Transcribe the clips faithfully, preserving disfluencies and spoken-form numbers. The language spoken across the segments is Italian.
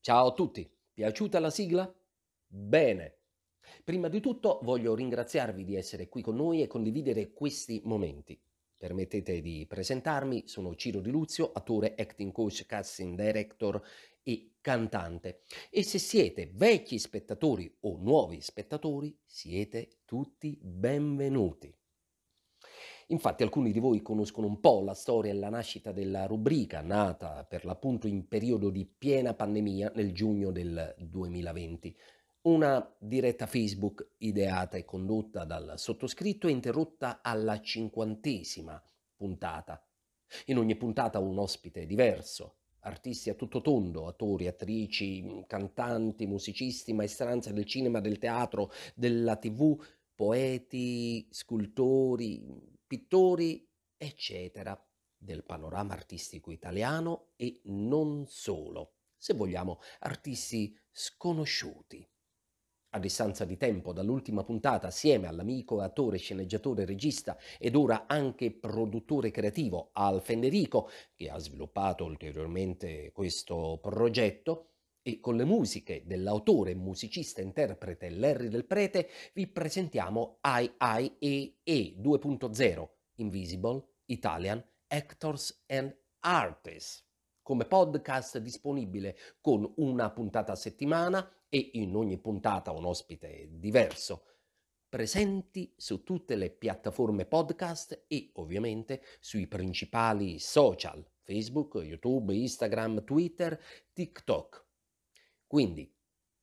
Ciao a tutti, piaciuta la sigla? Bene. Prima di tutto voglio ringraziarvi di essere qui con noi e condividere questi momenti. Permettete di presentarmi, sono Ciro Di Luzio, attore, acting coach, casting director e cantante. E se siete vecchi spettatori o nuovi spettatori, siete tutti benvenuti. Infatti alcuni di voi conoscono un po' la storia e la nascita della rubrica, nata per l'appunto in periodo di piena pandemia nel giugno del duemilaventi. Una diretta Facebook ideata e condotta dal sottoscritto e interrotta alla cinquantesima puntata. In ogni puntata un ospite diverso, artisti a tutto tondo, attori, attrici, cantanti, musicisti, maestranze del cinema, del teatro, della tivù, poeti, scultori, pittori, eccetera, del panorama artistico italiano e non solo, se vogliamo, artisti sconosciuti. A distanza di tempo dall'ultima puntata, assieme all'amico attore, sceneggiatore, regista ed ora anche produttore creativo Al Fenderico, che ha sviluppato ulteriormente questo progetto, e con le musiche dell'autore, musicista e interprete Larry Del Prete, vi presentiamo I I E E due punto zero, Invisible Italian Actors and Artists, come podcast disponibile con una puntata a settimana e in ogni puntata un ospite diverso, presenti su tutte le piattaforme podcast e ovviamente sui principali social, Facebook, YouTube, Instagram, Twitter, TikTok. Quindi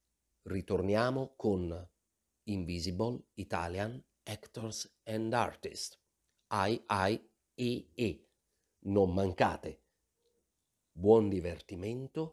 ritorniamo con Invisible Italian Actors and Artists, I I E E. Non mancate. Buon divertimento.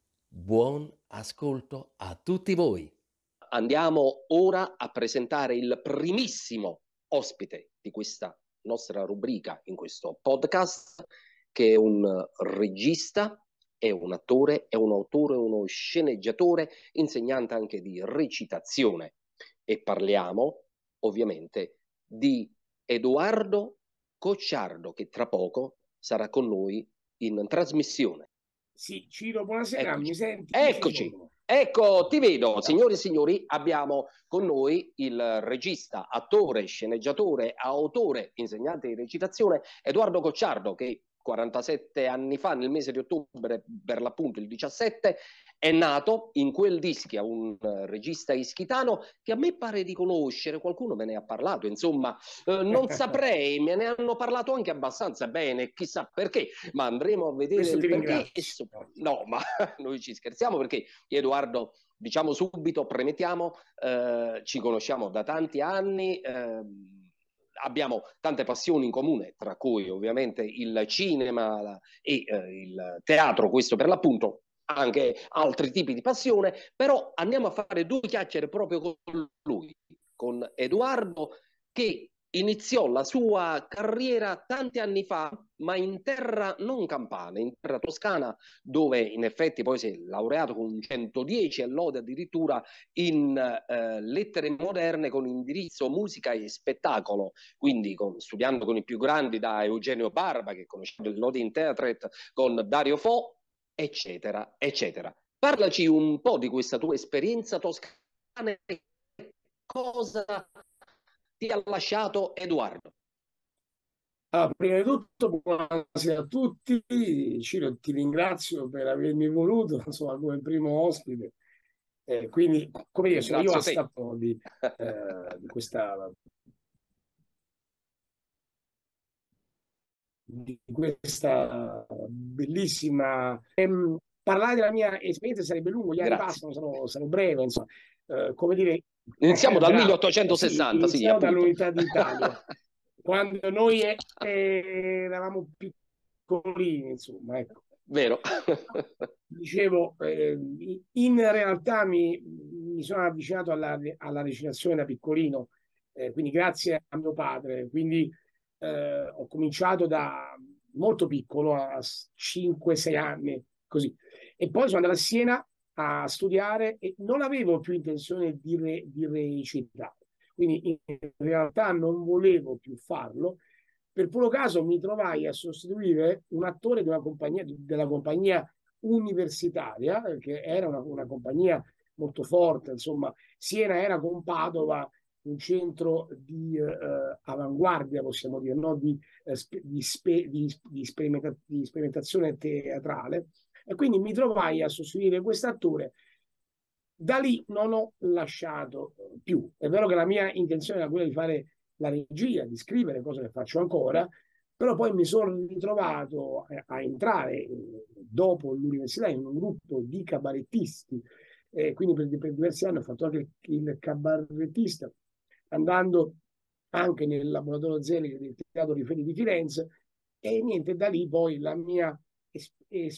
Buon ascolto a tutti voi. Andiamo ora a presentare il primissimo ospite di questa nostra rubrica in questo podcast, che è un regista, è un attore, è un autore, uno sceneggiatore, insegnante anche di recitazione. E parliamo ovviamente di Edoardo Cocciardo, che tra poco sarà con noi in trasmissione. Sì, Ciro, buonasera, Eccoci. mi senti? Eccoci. Ciro? Ecco, ti vedo, signore e signori, abbiamo con noi il regista, attore, sceneggiatore, autore, insegnante di recitazione Edoardo Cocciardo, che quarantasette anni fa, nel mese di ottobre, per l'appunto il diciassette, è nato in quel Ischia, un regista ischitano che a me pare di conoscere, qualcuno me ne ha parlato, insomma, eh, non saprei, me ne hanno parlato anche abbastanza bene, chissà perché, ma andremo a vedere Questo il ti perché. E ringrazio. so- no, ma noi ci scherziamo perché Edoardo, diciamo subito, premettiamo, eh, ci conosciamo da tanti anni, eh, abbiamo tante passioni in comune, tra cui ovviamente il cinema la, e eh, il teatro, questo per l'appunto, anche altri tipi di passione, però andiamo a fare due chiacchiere proprio con lui, con Edoardo, che iniziò la sua carriera tanti anni fa, ma in terra non campana, in terra toscana, dove in effetti poi si è laureato con un centodieci e lode addirittura in eh, lettere moderne con indirizzo musica e spettacolo, quindi con, studiando con i più grandi, da Eugenio Barba, che conosceva il lode in Teatret, con Dario Fo, eccetera, eccetera. Parlaci un po' di questa tua esperienza toscana e cosa ti ha lasciato Edoardo. Allora, prima di tutto, buonasera a tutti. Ciro, ti ringrazio per avermi voluto, insomma, come primo ospite. Eh, quindi, come dire, sono io Ringrazio a te. stato di, eh, di questa, di questa bellissima... Ehm, parlare della mia esperienza sarebbe lungo, gli anni Grazie. passano, sarò, sarò breve, insomma. Eh, come dire, Iniziamo dal bravo, sì, milleottocentosessanta, sì, iniziamo appunto. dall'Unità d'Italia. Quando noi eh, eravamo piccolini, insomma, ecco. Vero. Dicevo, eh, in realtà mi, mi sono avvicinato alla, alla recitazione da piccolino, eh, quindi grazie a mio padre, quindi eh, ho cominciato da molto piccolo, a cinque sei anni, così. E poi sono andato a Siena a studiare e non avevo più intenzione di, re, di recitare, quindi in realtà non volevo più farlo. Per puro caso mi trovai a sostituire un attore della compagnia, della compagnia universitaria, che era una, una compagnia molto forte, insomma, Siena era con Padova un centro di eh, avanguardia, possiamo dire, no? di, eh, spe, di, spe, di, di, sperimenta, di sperimentazione teatrale, e quindi mi trovai a sostituire quest'attore. Da lì non ho lasciato più. È vero che la mia intenzione era quella di fare la regia, di scrivere, cosa che faccio ancora, però poi mi sono ritrovato a, a entrare eh, dopo l'università in un gruppo di cabarettisti, eh, quindi per, per diversi anni ho fatto anche il, il cabarettista, andando anche nel laboratorio Zelig del Teatro di Fedi di Firenze, e niente, da lì poi la mia es-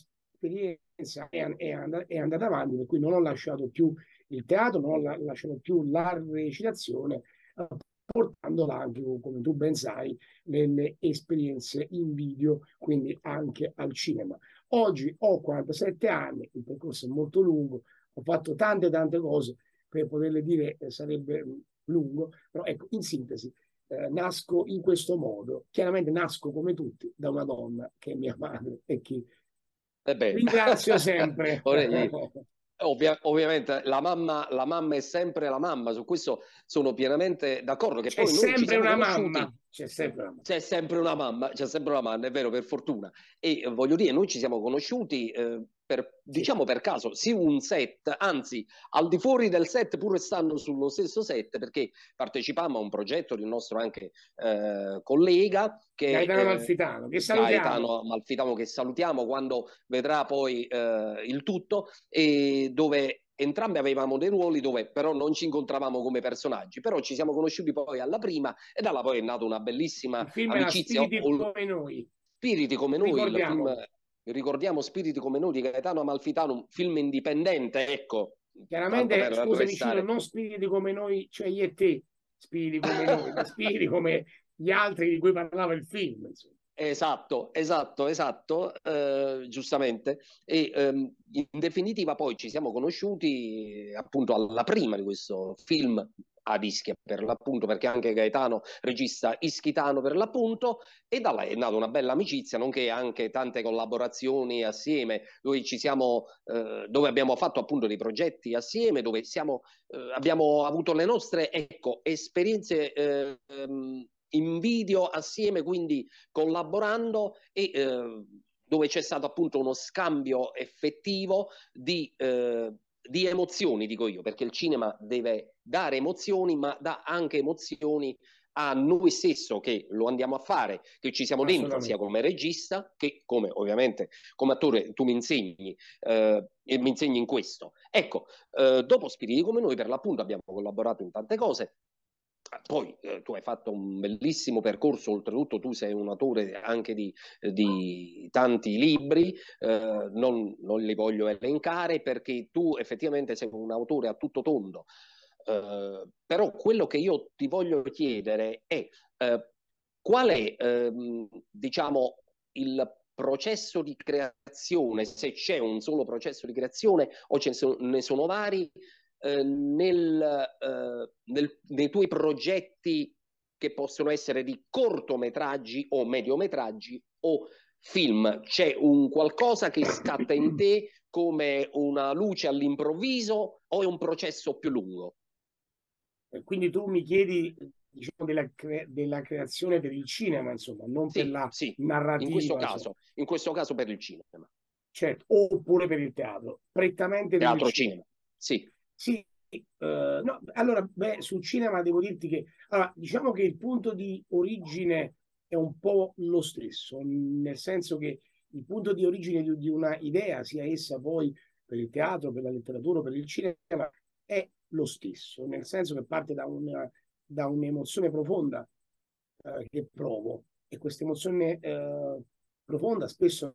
esperienza è, è, and- è andata avanti, per cui non ho lasciato più il teatro, non ho la- lasciato più la recitazione, eh, portandola anche, come tu ben sai, nelle esperienze in video, quindi anche al cinema. Oggi ho quarantasette anni, il percorso è molto lungo, ho fatto tante tante cose, per poterle dire eh, sarebbe lungo, però ecco, in sintesi, eh, nasco in questo modo. Chiaramente nasco come tutti da una donna che è mia madre e che Eh beh. ringrazio sempre. Ora gli- Ovvia- ovviamente la mamma, la mamma è sempre la mamma, su questo sono pienamente d'accordo, che C'è poi noi ci sempre siamo una conosciuti, mamma, c'è sempre una mamma. c'è sempre una mamma, c'è sempre una mamma, è vero, per fortuna. E eh, voglio dire, noi ci siamo conosciuti eh, per, Sì. diciamo per caso, sì un set, anzi al di fuori del set, pur restando sullo stesso set, perché partecipammo a un progetto di un nostro anche eh, collega, che Gaetano eh, Malfitano, che salutiamo. Gaetano Malfitano, che salutiamo quando vedrà poi eh, il tutto, e dove entrambi avevamo dei ruoli dove però non ci incontravamo come personaggi, però ci siamo conosciuti poi alla prima e da là poi è nata una bellissima Il film era amicizia. Spiriti come noi, Spiriti come noi, il film, ricordiamolo. ricordiamo Spiriti come noi di Gaetano Amalfitano, un film indipendente, ecco, tanto Chiaramente, per scusami Ciro, restare. non spiriti come noi, cioè io e te, spiriti come noi, ma spiriti come gli altri di cui parlava il film, insomma. Esatto, esatto, esatto, eh, giustamente. E ehm, in definitiva poi ci siamo conosciuti eh, appunto alla prima di questo film ad Ischia per l'appunto, perché anche Gaetano regista ischitano per l'appunto, e da là è nata una bella amicizia, nonché anche tante collaborazioni assieme, dove ci siamo, eh, dove abbiamo fatto appunto dei progetti assieme, dove siamo, eh, abbiamo avuto le nostre, ecco, esperienze eh, ehm, in video assieme, quindi collaborando, e eh, dove c'è stato appunto uno scambio effettivo di, eh, di emozioni, dico io, perché il cinema deve dare emozioni, ma dà anche emozioni a noi stesso che lo andiamo a fare, che ci siamo dentro, sia Assolutamente. come regista che come ovviamente come attore. Tu mi insegni eh, e mi insegni in questo. Ecco, eh, dopo Spiriti come noi per l'appunto abbiamo collaborato in tante cose. Poi eh, tu hai fatto un bellissimo percorso, oltretutto tu sei un autore anche di, di tanti libri, eh, non, non li voglio elencare perché tu effettivamente sei un autore a tutto tondo. Eh, però quello che io ti voglio chiedere è eh, qual è, ehm, diciamo, il processo di creazione, se c'è un solo processo di creazione o ce ne sono vari, eh, nel, eh, nel, nei tuoi progetti che possono essere di cortometraggi o mediometraggi o film. C'è un qualcosa che scatta in te come una luce all'improvviso o è un processo più lungo? Quindi tu mi chiedi, diciamo, della, cre della creazione per il cinema, insomma, non per Sì, la sì, in questo narrativa, insomma. caso, in questo caso per il cinema. Certo, oppure per il teatro, prettamente per il Teatro cinema. cinema, sì. Sì, eh, no, allora, beh, sul cinema devo dirti che, allora, diciamo che il punto di origine è un po' lo stesso, nel senso che il punto di origine di, di una idea, sia essa poi per il teatro, per la letteratura, per il cinema, è lo stesso, nel senso che parte da una, da un'emozione profonda eh, che provo, e questa emozione eh, profonda spesso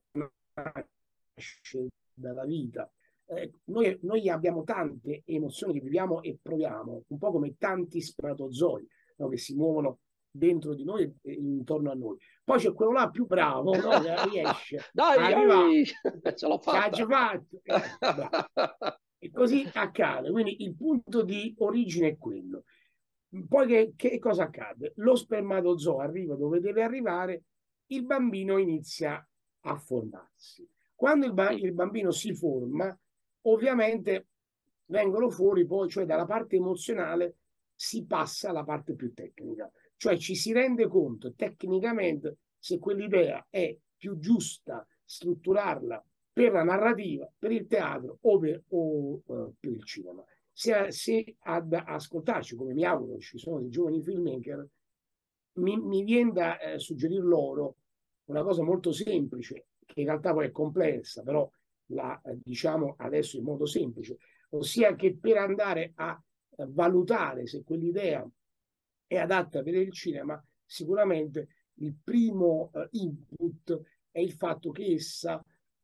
nasce dalla vita. Eh, noi, noi abbiamo tante emozioni che viviamo e proviamo, un po' come tanti spermatozoi, no, che si muovono dentro di noi e intorno a noi. Poi c'è quello là più bravo, no, che riesce a Dai, arrivare, dai, ce l'ho ce l'ha già fatta. fatto, eh, bravo. E così accade. Quindi il punto di origine è quello. Poi che, che cosa accade? Lo spermatozoo arriva dove deve arrivare, il bambino inizia a formarsi. Quando il, ba il bambino si forma, ovviamente vengono fuori poi, cioè dalla parte emozionale si passa alla parte più tecnica, cioè ci si rende conto tecnicamente se quell'idea è più giusta strutturarla per la narrativa, per il teatro o per, o, uh, per il cinema. Se, se ad ascoltarci, come mi auguro, ci sono dei giovani filmmaker, mi, mi viene da eh, suggerir loro una cosa molto semplice, che in realtà poi è complessa, però la eh, diciamo adesso in modo semplice, ossia che per andare a eh, valutare se quell'idea è adatta per il cinema, sicuramente il primo eh, input è il fatto che essa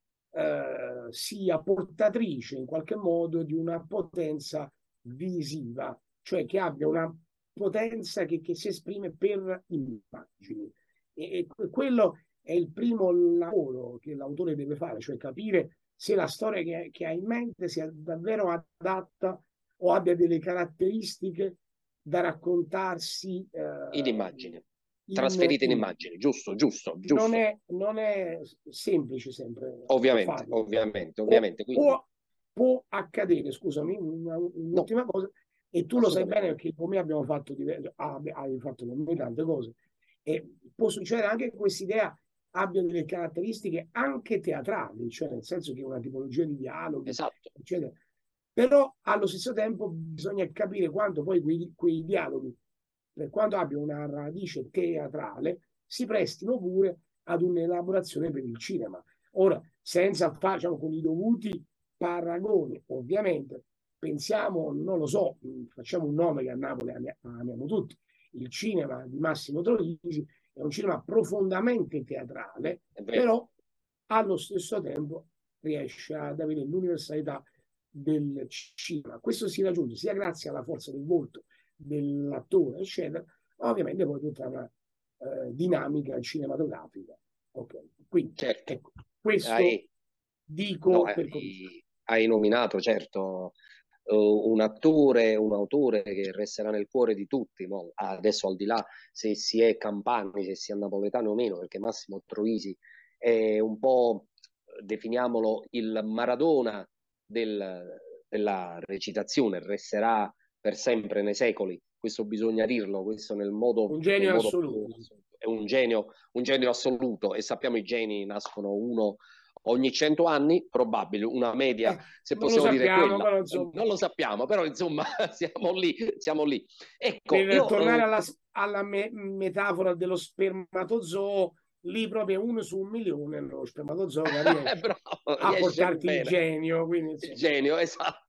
eh, sia portatrice in qualche modo di una potenza visiva, cioè che abbia una potenza che, che si esprime per immagini. E, e quello è il primo lavoro che l'autore deve fare, cioè capire se la storia che, che ha in mente sia davvero adatta o abbia delle caratteristiche da raccontarsi eh, In immagine, in, trasferite in in immagine, giusto, giusto, non giusto. è, non è semplice sempre Ovviamente, farlo. ovviamente, Può, ovviamente. Quindi, può, può accadere, scusami, no, un'ultima cosa, e tu lo sai assolutamente. bene perché con me abbiamo fatto diverse, hai fatto con me tante cose, e può succedere anche che quest'idea abbia delle caratteristiche anche teatrali, cioè nel senso che è una tipologia di dialoghi, Esatto. eccetera. Però allo stesso tempo bisogna capire quanto poi quei, quei dialoghi, per quanto abbiano una radice teatrale, si prestino pure ad un'elaborazione per il cinema. Ora, senza fare, diciamo, con i dovuti paragoni, ovviamente, pensiamo, non lo so, facciamo un nome che a Napoli amiamo tutti, il cinema di Massimo Troisi è un cinema profondamente teatrale, però allo stesso tempo riesce ad avere l'universalità del cinema. Questo si raggiunge sia grazie alla forza del volto dell'attore, eccetera, ma ovviamente poi tutta una eh, dinamica cinematografica. Okay. Quindi, Certo. ecco, questo Hai, dico no, per cominciare. hai, hai nominato, certo, uh, un attore, un autore che resterà nel cuore di tutti, no? Adesso al di là se si è campani, se si è napoletano o meno, perché Massimo Troisi è un po', definiamolo, il Maradona del, della recitazione, resterà per sempre nei secoli. Questo bisogna dirlo, questo nel modo, Un nel genio modo più assoluto. assoluto. È un genio, un genio assoluto, e sappiamo i geni nascono uno ogni cento anni, probabile, una media, Eh, se non lo possiamo dire sappiamo, quella. però insomma, Non lo sappiamo, però insomma siamo lì, siamo lì. Ecco, per tornare io... alla, alla me metafora dello spermatozoo, lì proprio uno su un milione lo spermatozoo che riesce Bravo, a riesce portarti il bene. genio. Quindi, Il insomma. genio, esatto.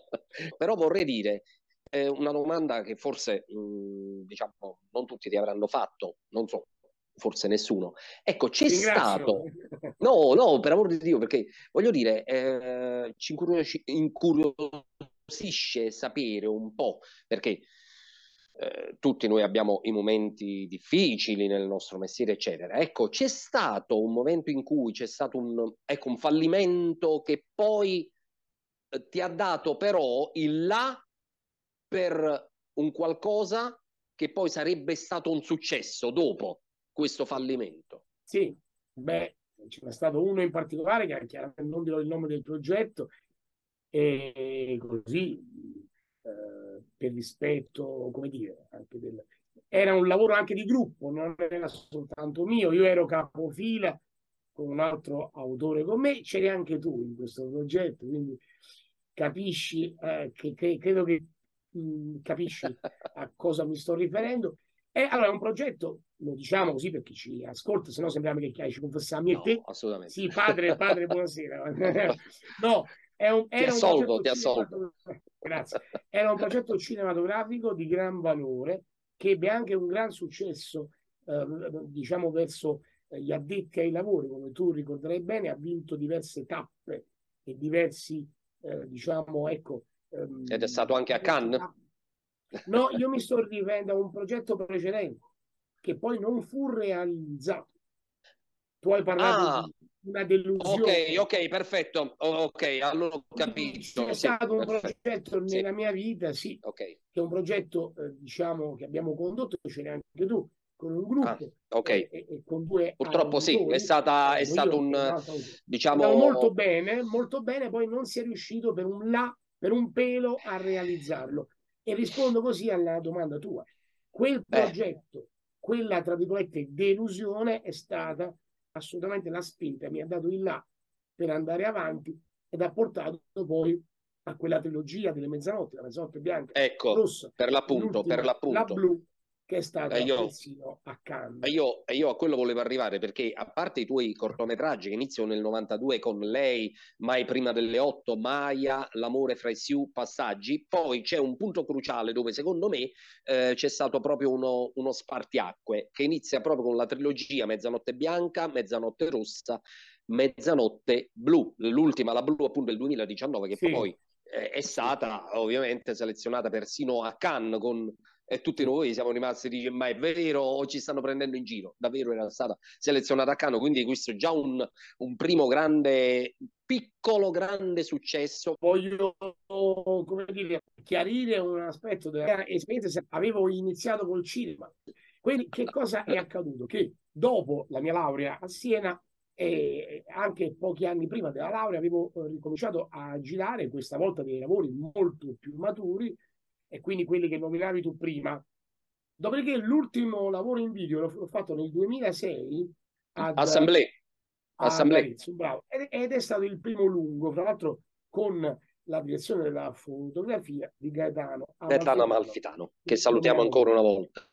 Però vorrei dire, eh, una domanda che forse, mh, diciamo, non tutti ti avranno fatto, non so, forse nessuno. Ecco, c'è Ringrazio. stato... No, no, per amor di Dio, perché voglio dire, eh, ci incuriosisce sapere un po', perché eh, tutti noi abbiamo i momenti difficili nel nostro mestiere, eccetera. Ecco, c'è stato un momento in cui c'è stato un, ecco, un fallimento che poi eh, ti ha dato però il là per un qualcosa che poi sarebbe stato un successo dopo questo fallimento. Sì, beh, ce n'è stato uno in particolare che chiaramente non dirò il nome del progetto, e così eh, per rispetto, come dire, anche del... era un lavoro anche di gruppo, non era soltanto mio, io ero capofila con un altro autore con me, c'eri anche tu in questo progetto, quindi capisci eh, che, che credo che mh, capisci a cosa mi sto riferendo. E allora è un progetto, lo diciamo così per chi ci ascolta, se no sembriamo che ci confessiamo io e No, te. assolutamente. Sì, padre, padre, buonasera. No, è un, Ti era un assolvo, progetto ti assolvo. cinematografico. Grazie. Era un progetto cinematografico di gran valore che ebbe anche un gran successo, eh, diciamo, verso gli addetti ai lavori, come tu ricorderai bene, ha vinto diverse tappe e diversi, eh, diciamo, ecco, Ed è stato ehm, anche a Cannes? no, io mi sto riferendo a un progetto precedente che poi non fu realizzato. Tu hai parlato Ah, di una ok, delusione. ok, perfetto. Oh, ok, allora ho C'è capito. Sì, stato un perfetto. progetto Sì, nella mia vita, sì, ok. che è un progetto, eh, diciamo, che abbiamo condotto, ce n'è anche tu, con un Ah, gruppo ok. e, e- e con due Purtroppo sì, è autori, stata, è ero stato io e un un, altro autore. È andato molto diciamo, bene, molto bene, poi non si è riuscito per un là, per un pelo a realizzarlo. E rispondo così alla domanda tua. Quel eh, progetto, quella tra virgolette delusione è stata assolutamente la spinta, mi ha dato il là per andare avanti ed ha portato poi a quella trilogia delle mezzanotte, la mezzanotte bianca, ecco, rossa per e l'appunto, per l'ultima, la l'appunto. blu, che è E stata io, persino a e Cannes. io, e io a quello volevo arrivare perché a parte i tuoi cortometraggi che iniziano nel novantadue con Lei, Mai prima delle otto, Maya, L'amore fra i Sioux, Passaggi, poi c'è un punto cruciale dove secondo me eh, c'è stato proprio uno, uno spartiacque che inizia proprio con la trilogia Mezzanotte bianca, Mezzanotte rossa, Mezzanotte blu, l'ultima, la blu appunto del duemiladiciannove che Sì, poi eh, è sì, stata ovviamente selezionata persino a Cannes con e tutti sì. noi siamo rimasti dice ma è vero o ci stanno prendendo in giro, davvero era stata selezionata a Cannes, quindi questo è già un, un primo grande piccolo grande successo. Voglio, come dire, chiarire un aspetto della mia esperienza. Avevo iniziato col cinema. Quindi, che cosa è accaduto? Che dopo la mia laurea a Siena e anche pochi anni prima della laurea avevo eh, ricominciato a girare, questa volta dei lavori molto più maturi e quindi quelli che nominavi tu prima. Dopodiché l'ultimo lavoro in video l'ho fatto nel duemilasei ad, Assemblée, ad Assemblée, Arezzo, bravo, ed, ed è stato il primo lungo, fra l'altro con la direzione della fotografia di Gaetano Gaetano Amalfitano, Amalfitano, che che non mi salutiamo ero ancora detto. una volta,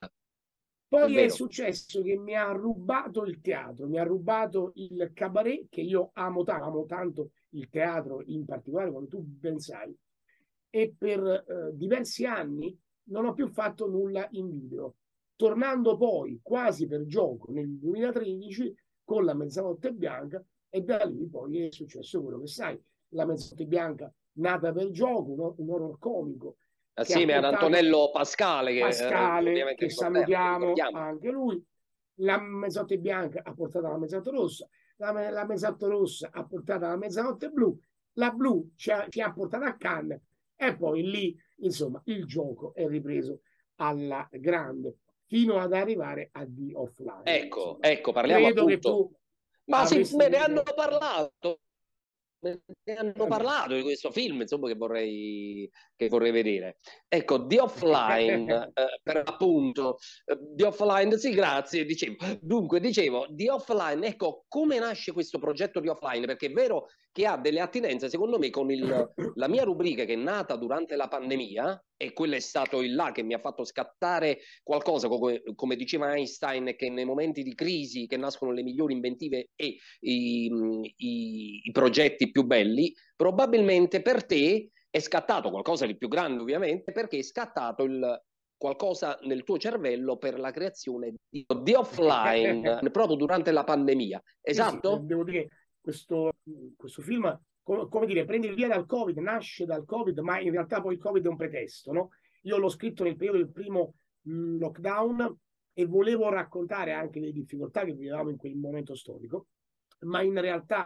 è Poi è vero. successo che mi ha rubato il teatro, mi ha rubato il cabaret, che io amo, ta- amo tanto il teatro in particolare, come tu ben sai, e per eh, diversi anni non ho più fatto nulla in video. Tornando poi quasi per gioco nel duemilatredici con la Mezzanotte Bianca e da lì poi è successo quello che sai, la Mezzanotte Bianca nata per gioco, no? Un horror comico che ha Assieme ad portato Antonello Pascale, che eh, Pascale, ovviamente che ricordiamo, che salutiamo ricordiamo. anche lui, la Mezzanotte Bianca ha portato la Mezzanotte Rossa, la, la Mezzanotte Rossa ha portato la Mezzanotte Blu, la Blu ci ha, ci ha portato a Cannes e poi lì, insomma, il gioco è ripreso alla grande fino ad arrivare a The Offline. Ecco, Insomma, ecco, parliamo credo che appunto. tu Ma sì, avresti me ne hanno voluto... parlato. Ne hanno Esatto. parlato di questo film, insomma, che vorrei, che vorrei vedere. Ecco, The Offline, eh, per appunto, eh, The Offline, sì, grazie, dicevo. Dunque, dicevo, The Offline, ecco, come nasce questo progetto The Offline? Perché è vero che ha delle attinenze, secondo me, con il, la mia rubrica che è nata durante la pandemia, e quello è stato il là che mi ha fatto scattare qualcosa, come, come diceva Einstein, che nei momenti di crisi che nascono le migliori inventive e i, i, i progetti più belli, probabilmente per te è scattato qualcosa di più grande, ovviamente, perché è scattato il, qualcosa nel tuo cervello per la creazione di, di offline proprio durante la pandemia. Sì, sì, eh, Esatto? devo dire, questo, questo film, co- come dire, prende il via dal Covid, nasce dal Covid, ma in realtà poi il Covid è un pretesto, no? Io l'ho scritto nel periodo del primo mh, lockdown e volevo raccontare anche le difficoltà che vivevamo in quel momento storico, ma in realtà,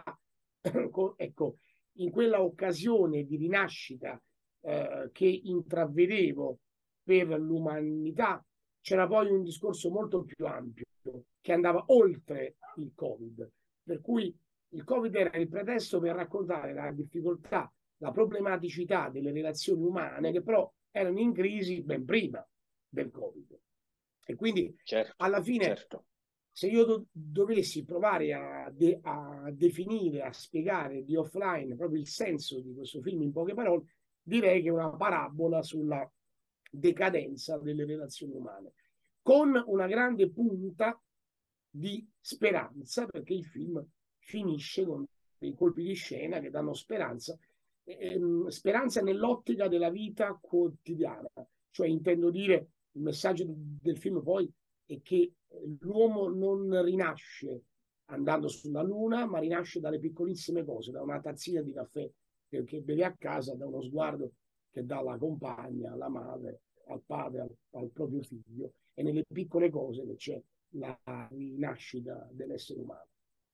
ecco, in quella occasione di rinascita eh, che intravedevo per l'umanità, c'era poi un discorso molto più ampio che andava oltre il Covid, per cui il Covid era il pretesto per raccontare la difficoltà, la problematicità delle relazioni umane che però erano in crisi ben prima del Covid. E quindi Certo, alla fine, certo. se io do- dovessi provare a, de- a definire, a spiegare di offline proprio il senso di questo film in poche parole, direi che è una parabola sulla decadenza delle relazioni umane, con una grande punta di speranza, perché il film finisce con dei colpi di scena che danno speranza, ehm, speranza nell'ottica della vita quotidiana. Cioè, intendo dire, il messaggio del film poi è che l'uomo non rinasce andando sulla luna, ma rinasce dalle piccolissime cose, da una tazzina di caffè che bevi a casa, da uno sguardo che dà alla compagna, alla madre, al padre, al, al proprio figlio, e nelle piccole cose che c'è la rinascita dell'essere umano.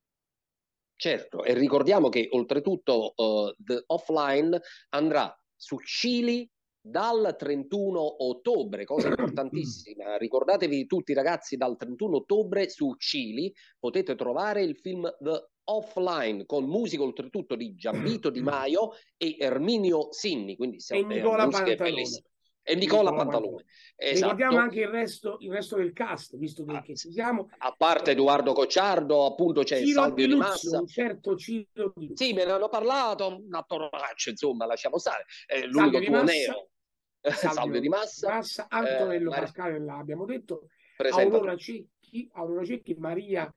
Certo, e ricordiamo che oltretutto uh, The Offline andrà su Cili dal trentuno ottobre, cosa importantissima, ricordatevi tutti ragazzi, dal trentuno ottobre su Cili potete trovare il film The Offline, con musica oltretutto di Gianvito Di Maio e Erminio Sinni, quindi E eh, Nicola musica Pantalone. bellissima. E Nicola, Nicola Pantalone, Pantalone. Ricordiamo Esatto. anche il resto, il resto del cast, visto che, Ah, che ci siamo. A parte Edoardo Cocciardo, appunto c'è Ciro Salvio Di Di Luzzo, Massa. un certo Ciro Di Luzzo. Sì, me ne hanno parlato, un attoraccio, insomma, lasciamo stare. Eh, l'unico Salvio tuo Di Massa, nero. Salvio, Salvio Di Massa, Massa Antonello eh, Mar- Pascale, l'abbiamo detto, presenta Aurora tu. Cecchi, Aurora Cecchi, Maria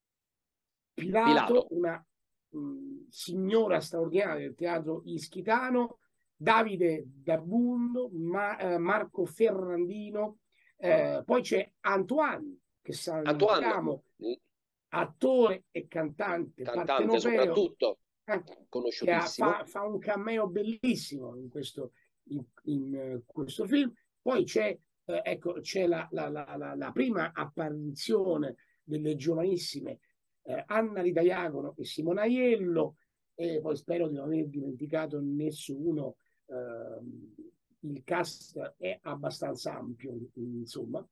Pilato, Pilato. una mh, signora straordinaria del teatro ischitano, Davide Dabundo, Ma, eh, Marco Ferrandino, eh, poi c'è Antoine, che salutiamo, Antoine, attore e cantante cantante partenopeo, soprattutto, eh, che ha, conosciutissimo. fa, fa un cameo bellissimo in questo, in, in, uh, questo film. Poi c'è eh, ecco, c'è la, la, la, la prima apparizione delle giovanissime eh, Anna Ridaiagono e Simona Aiello, e poi spero di non aver dimenticato nessuno. Eh, il cast è abbastanza ampio, insomma.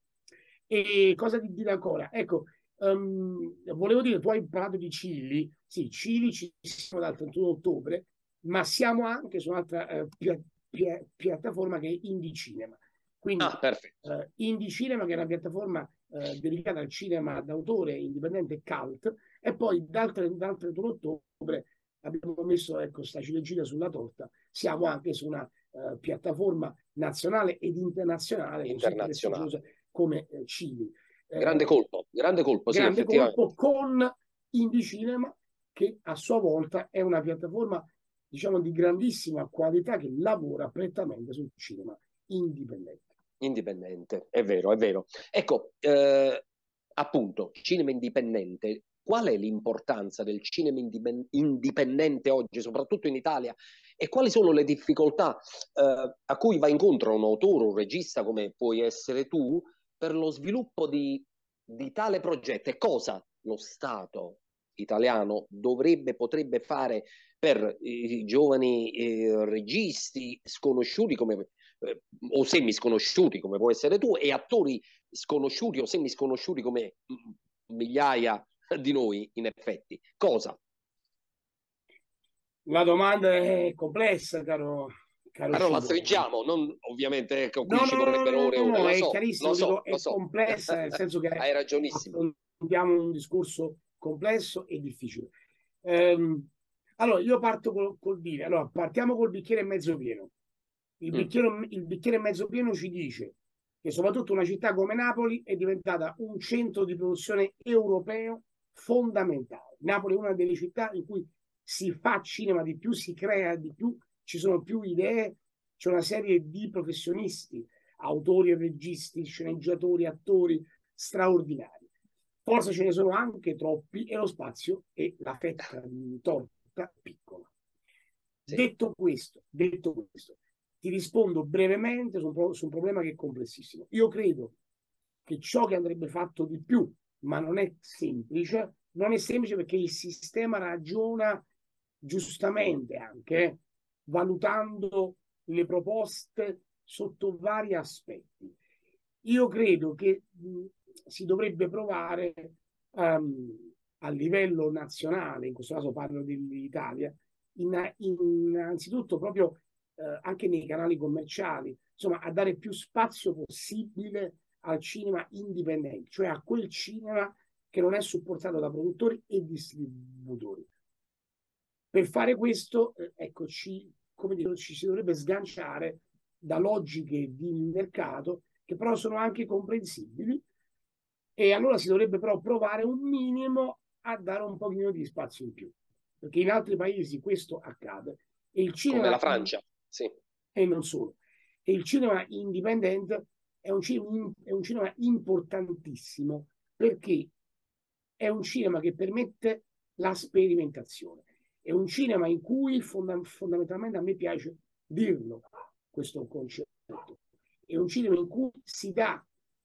E cosa di dire ancora? Ecco, um, volevo dire, tu hai parlato di Cili, sì, Cili ci siamo dal trentuno ottobre, ma siamo anche su un'altra eh, pia pia piattaforma che è Indie Cinema. Quindi Ah, perfetto. eh, Indie Cinema, che è una piattaforma eh, dedicata al cinema d'autore indipendente cult, e poi dal, dal trentuno ottobre abbiamo messo, ecco, sta ciliegina sulla torta, siamo anche su una uh, piattaforma nazionale ed internazionale, così prestigiosa come eh, Cili. Eh, grande colpo, grande colpo, grande sì, effettivamente. colpo con Indie Cinema, che a sua volta è una piattaforma, diciamo, di grandissima qualità, che lavora prettamente sul cinema indipendente. Indipendente, è vero, è vero. Ecco, eh, appunto, cinema indipendente. Qual è l'importanza del cinema indipendente oggi, soprattutto in Italia, e quali sono le difficoltà eh, a cui va incontro un autore, un regista come puoi essere tu, per lo sviluppo di, di tale progetto? E cosa lo Stato italiano dovrebbe, potrebbe fare per i giovani eh, registi sconosciuti come eh, o semi sconosciuti come può essere tu, e attori sconosciuti o semi sconosciuti come migliaia di noi, in effetti? Cosa? La domanda è complessa, caro, caro Allora la Ciro. stringiamo, non, ovviamente ecco, qui No, ci no, no, vorrebbero no, ore e no, ore, no, lo è so, chiarissimo, lo so, dico, lo è so. complessa, nel senso che Hai ragionissimo. affrontiamo un discorso complesso e difficile. Um, allora, io parto col, col dire, allora, partiamo col bicchiere mezzo pieno. Il Mm. bicchiere, il bicchiere mezzo pieno ci dice che soprattutto una città come Napoli è diventata un centro di produzione europeo fondamentale. Napoli è una delle città in cui si fa cinema di più, si crea di più, ci sono più idee, c'è una serie di professionisti, autori e registi, sceneggiatori, attori straordinari. Forse ce ne sono anche troppi e lo spazio e la fetta di torta piccola. Sì. Detto questo, detto questo, ti rispondo brevemente su un, su un problema che è complessissimo. Io credo che ciò che andrebbe fatto di più, ma non è semplice, non è semplice perché il sistema ragiona giustamente anche, valutando le proposte sotto vari aspetti. Io credo che mh, si dovrebbe provare um, a livello nazionale, in questo caso parlo dell'Italia, in, innanzitutto proprio eh, anche nei canali commerciali, insomma, a dare più spazio possibile al cinema indipendente, cioè a quel cinema che non è supportato da produttori e distributori. Per fare questo, eh, ecco, ci, come dire, ci si dovrebbe sganciare da logiche di mercato che però sono anche comprensibili, e allora si dovrebbe però provare un minimo a dare un pochino di spazio in più, perché in altri paesi questo accade. E il cinema, come la Francia, in... sì. E non solo. E il cinema indipendente è un cinema, è un cinema importantissimo, perché è un cinema che permette la sperimentazione. È un cinema in cui fonda fondamentalmente, a me piace dirlo, questo concetto, è un cinema in cui si dà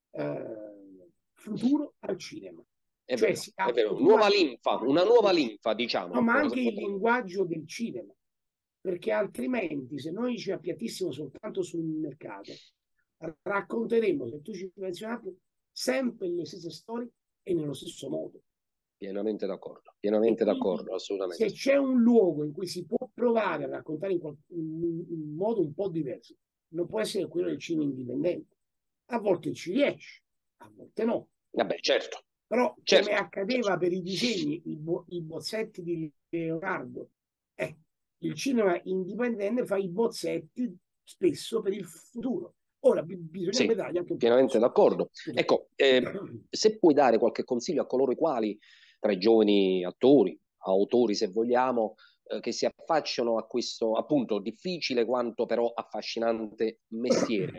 eh, futuro al cinema. È cioè vero, si dà è vero. Nuova al... linfa, una nuova linfa, diciamo. No, ma anche il linguaggio del cinema. perché altrimenti se noi ci appiattissimo soltanto sul mercato, racconteremo, se tu ci pensi un attimo, sempre le stesse storie e nello stesso modo. Pienamente d'accordo, pienamente d'accordo, assolutamente. Se c'è un luogo in cui si può provare a raccontare in, in, in modo un po' diverso, non può essere quello del cinema indipendente. A volte ci riesce, a volte no. Vabbè, certo. Però certo, come accadeva certo. per i disegni, i, bo i bozzetti di Leonardo, eh, il cinema indipendente fa i bozzetti spesso per il futuro. Ora bisogna sì, dargli anche un pienamente d'accordo. Ecco, eh, se puoi dare qualche consiglio a coloro i quali, tra i giovani attori, autori se vogliamo, eh, che si affacciano a questo appunto difficile quanto però affascinante mestiere.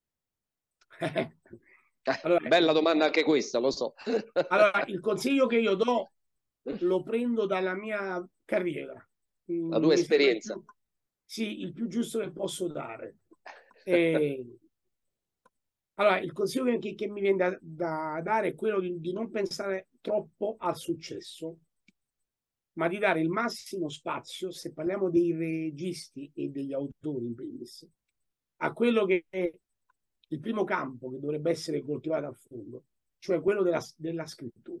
Allora, bella domanda anche questa, lo so. Allora, il consiglio che io do lo prendo dalla mia carriera. La tua esperienza. Più, sì, il più giusto che posso dare. E, allora, il consiglio che, che mi viene da, da dare è quello di, di non pensare troppo al successo, ma di dare il massimo spazio, se parliamo dei registi e degli autori in primis, a quello che è il primo campo che dovrebbe essere coltivato a fondo, cioè quello della, della scrittura.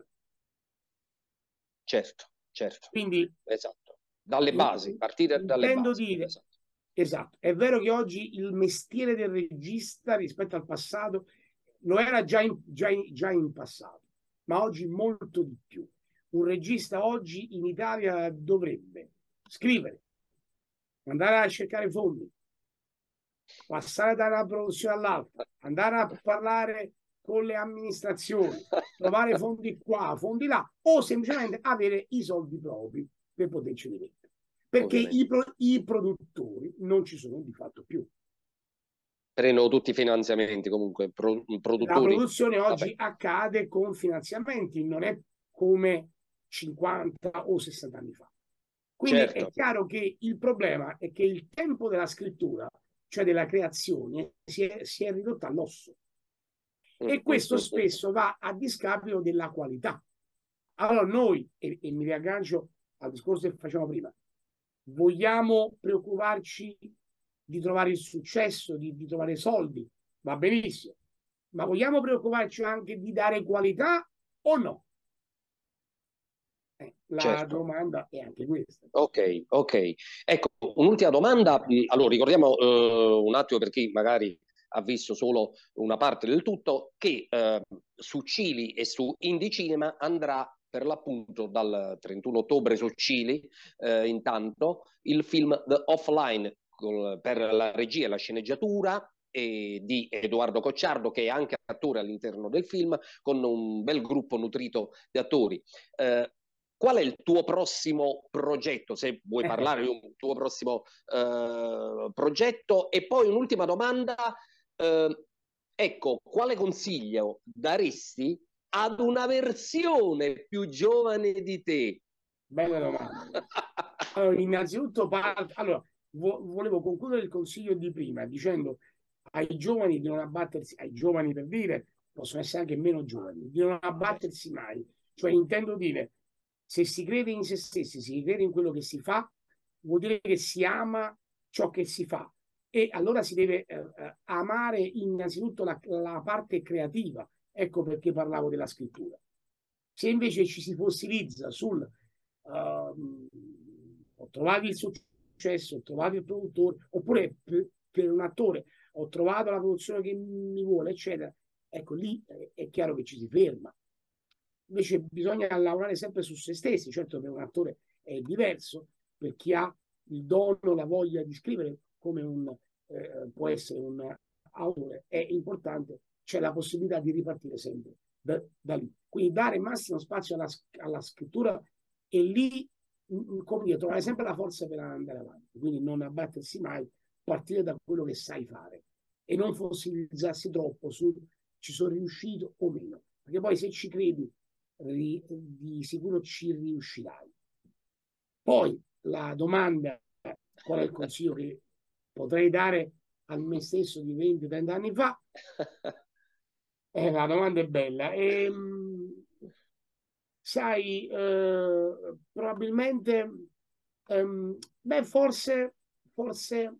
Certo, certo. Quindi, esatto. Dalle basi, partire dalle intendo basi. dire, esatto. esatto, è vero che oggi il mestiere del regista rispetto al passato lo era già in, già in, già in passato, ma oggi molto di più. Un regista oggi in Italia dovrebbe scrivere, andare a cercare fondi, passare da una produzione all'altra, andare a parlare con le amministrazioni, trovare fondi qua, fondi là, o semplicemente avere i soldi propri per poterci rimettere. Perché i, pro, i produttori non ci sono di fatto più. Prendono tutti i finanziamenti comunque, pro, produttori. La produzione oggi Vabbè. accade con finanziamenti, non è come cinquanta o sessanta anni fa. Quindi certo. È chiaro che il problema è che il tempo della scrittura, cioè della creazione, si è, si è ridotto all'osso. E questo spesso va a discapito della qualità. Allora noi, e, e mi riaggancio al discorso che facciamo prima, vogliamo preoccuparci di trovare il successo, di, di trovare soldi, va benissimo, ma vogliamo preoccuparci anche di dare qualità o no? Eh, la certo. domanda è anche questa. Ok, ok. Ecco, un'ultima domanda. Allora, ricordiamo eh, un attimo per chi magari ha visto solo una parte del tutto, che eh, su Cili e su Indie Cinema andrà per l'appunto dal trentuno ottobre su Cili, eh, intanto, il film The Offline, col, per la regia e la sceneggiatura e di Edoardo Cocciardo, che è anche attore all'interno del film, con un bel gruppo nutrito di attori. Eh, Qual è il tuo prossimo progetto, se vuoi parlare di un tuo prossimo eh, progetto? E poi un'ultima domanda, eh, ecco, quale consiglio daresti ad una versione più giovane di te? Bella domanda. Allora, innanzitutto, allora, vo volevo concludere il consiglio di prima dicendo ai giovani di non abbattersi, ai giovani per dire, possono essere anche meno giovani, di non abbattersi mai. Cioè, intendo dire, se si crede in se stessi, si crede in quello che si fa, vuol dire che si ama ciò che si fa. E allora si deve eh, amare innanzitutto la, la parte creativa. Ecco perché parlavo della scrittura. Se invece ci si fossilizza sul uh, ho trovato il successo, ho trovato il produttore, oppure per, per un attore ho trovato la produzione che mi vuole, eccetera, ecco lì è, è chiaro che ci si ferma. Invece bisogna lavorare sempre su se stessi. Certo, per un attore è diverso, per chi ha il dono, la voglia di scrivere, come un, eh, può essere un autore, è importante, c'è la possibilità di ripartire sempre da, da lì. Quindi dare massimo spazio alla, alla scrittura e lì, come dire, trovare sempre la forza per andare avanti. Quindi non abbattersi mai, partire da quello che sai fare e non fossilizzarsi troppo su ci sono riuscito o meno. Perché poi se ci credi di sicuro ci riuscirai. Poi la domanda, qual è il consiglio che potrei dare a me stesso di venti trenta anni fa? Eh, la domanda è bella. E, sai, eh, probabilmente, ehm, beh, forse forse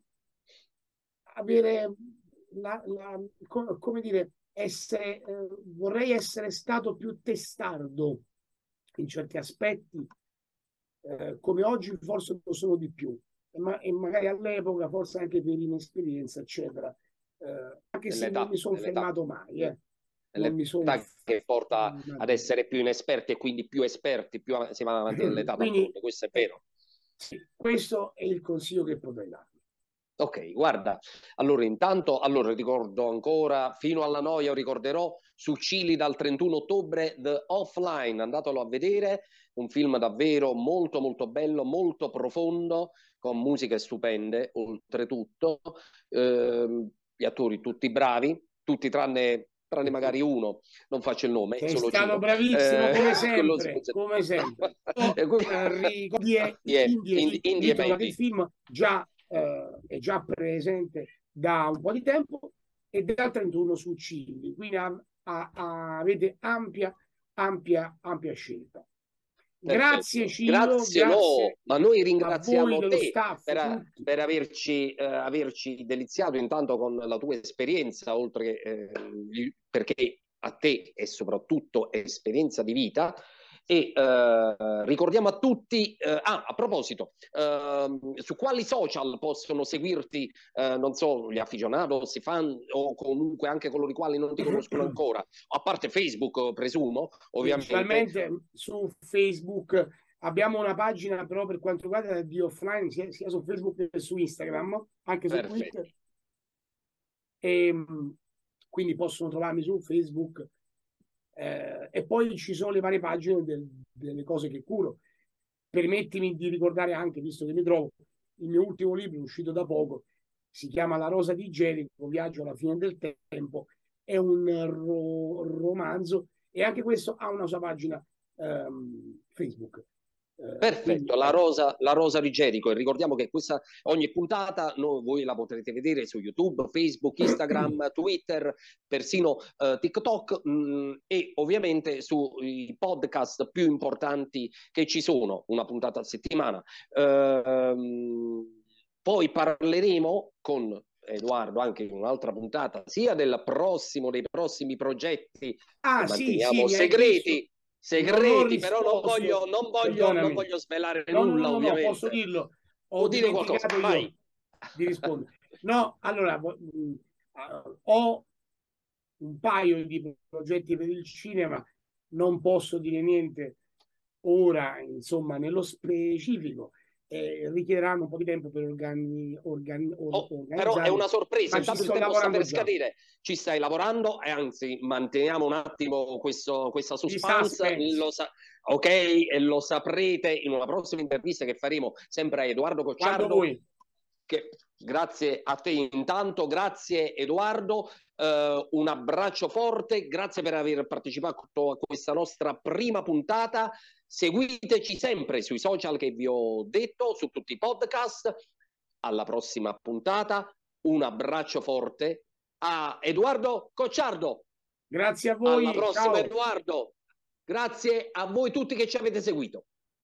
avere la, la, come dire, essere, eh, vorrei essere stato più testardo in certi aspetti, eh, come oggi forse lo sono di più, e, ma, e magari all'epoca forse anche per inesperienza, eccetera, eh, anche se non mi sono fermato mai, eh. Non mi sono che porta ad essere più inesperti e quindi più esperti, più si va avanti nell'età. Quindi, questo è vero. Sì, questo è il consiglio che potrei darvi. Ok, guarda, allora intanto, allora ricordo ancora, fino alla noia ricorderò, su Cili dal trentuno ottobre, The Offline, andatelo a vedere, un film davvero molto molto bello, molto profondo, con musiche stupende, oltretutto, eh, gli attori tutti bravi, tutti tranne... tranne magari uno, non faccio il nome, Sei solo stato Ciro. bravissimo, Eh, come sempre, come sempre. Indie, Indie, Indie titolo del film già, eh, è già presente da un po' di tempo e dal trentuno su Cili, quindi a, a, a, avete ampia, ampia, ampia scelta. Grazie Ciro, grazie, grazie no, ma noi a voi ringraziamo dello te staff, per, per averci, eh, averci deliziato intanto con la tua esperienza, oltre che eh, perché a te è soprattutto esperienza di vita. E eh, ricordiamo a tutti, eh, ah, a proposito, eh, su quali social possono seguirti, eh, non so, gli aficionados, i fan o comunque anche coloro i quali non ti conoscono ancora, a parte Facebook, presumo, ovviamente. Principalmente su Facebook. Abbiamo una pagina però per quanto riguarda The Offline, sia, sia su Facebook che su Instagram, anche su Perfetto. Twitter. E, quindi possono trovarmi su Facebook. Eh, e poi ci sono le varie pagine del, delle cose che curo. Permettimi di ricordare anche, visto che mi trovo, il mio ultimo libro uscito da poco, si chiama La Rosa di Gerico, Viaggio alla fine del tempo, è un ro romanzo e anche questo ha una sua pagina um, Facebook. Eh, Perfetto, quindi, la, rosa, la Rosa di Gerico, e ricordiamo che questa, ogni puntata no, voi la potrete vedere su YouTube, Facebook, Instagram, Twitter, persino uh, TikTok mh, e ovviamente sui podcast più importanti che ci sono, una puntata a settimana. Uh, poi parleremo con Edoardo anche in un'altra puntata sia del prossimo, dei prossimi progetti ah, che sì, manteniamo sì, segreti. Segreti, risposto, però non voglio, non voglio, non voglio svelare no, nulla, no, no, ovviamente. No, posso dirlo. Ho Può dire qualcosa, io vai. Di rispondere. No, allora, ho un paio di progetti per il cinema, non posso dire niente ora, insomma, nello specifico. Eh, richiederanno un po' di tempo per organi, organi, oh, però è una sorpresa, intanto il tempo sta per già. scadere, ci stai lavorando e anzi manteniamo un attimo questo, questa suspense, lo sa ok, e lo saprete in una prossima intervista che faremo sempre a Edoardo Cocciardo. Che, grazie a te intanto, grazie Edoardo, uh, un abbraccio forte, grazie per aver partecipato a questa nostra prima puntata. Seguiteci sempre sui social che vi ho detto, su tutti i podcast. Alla prossima puntata, un abbraccio forte a Edoardo Cocciardo. Grazie a voi. Alla prossima, ciao. Edoardo. Grazie a voi tutti che ci avete seguito.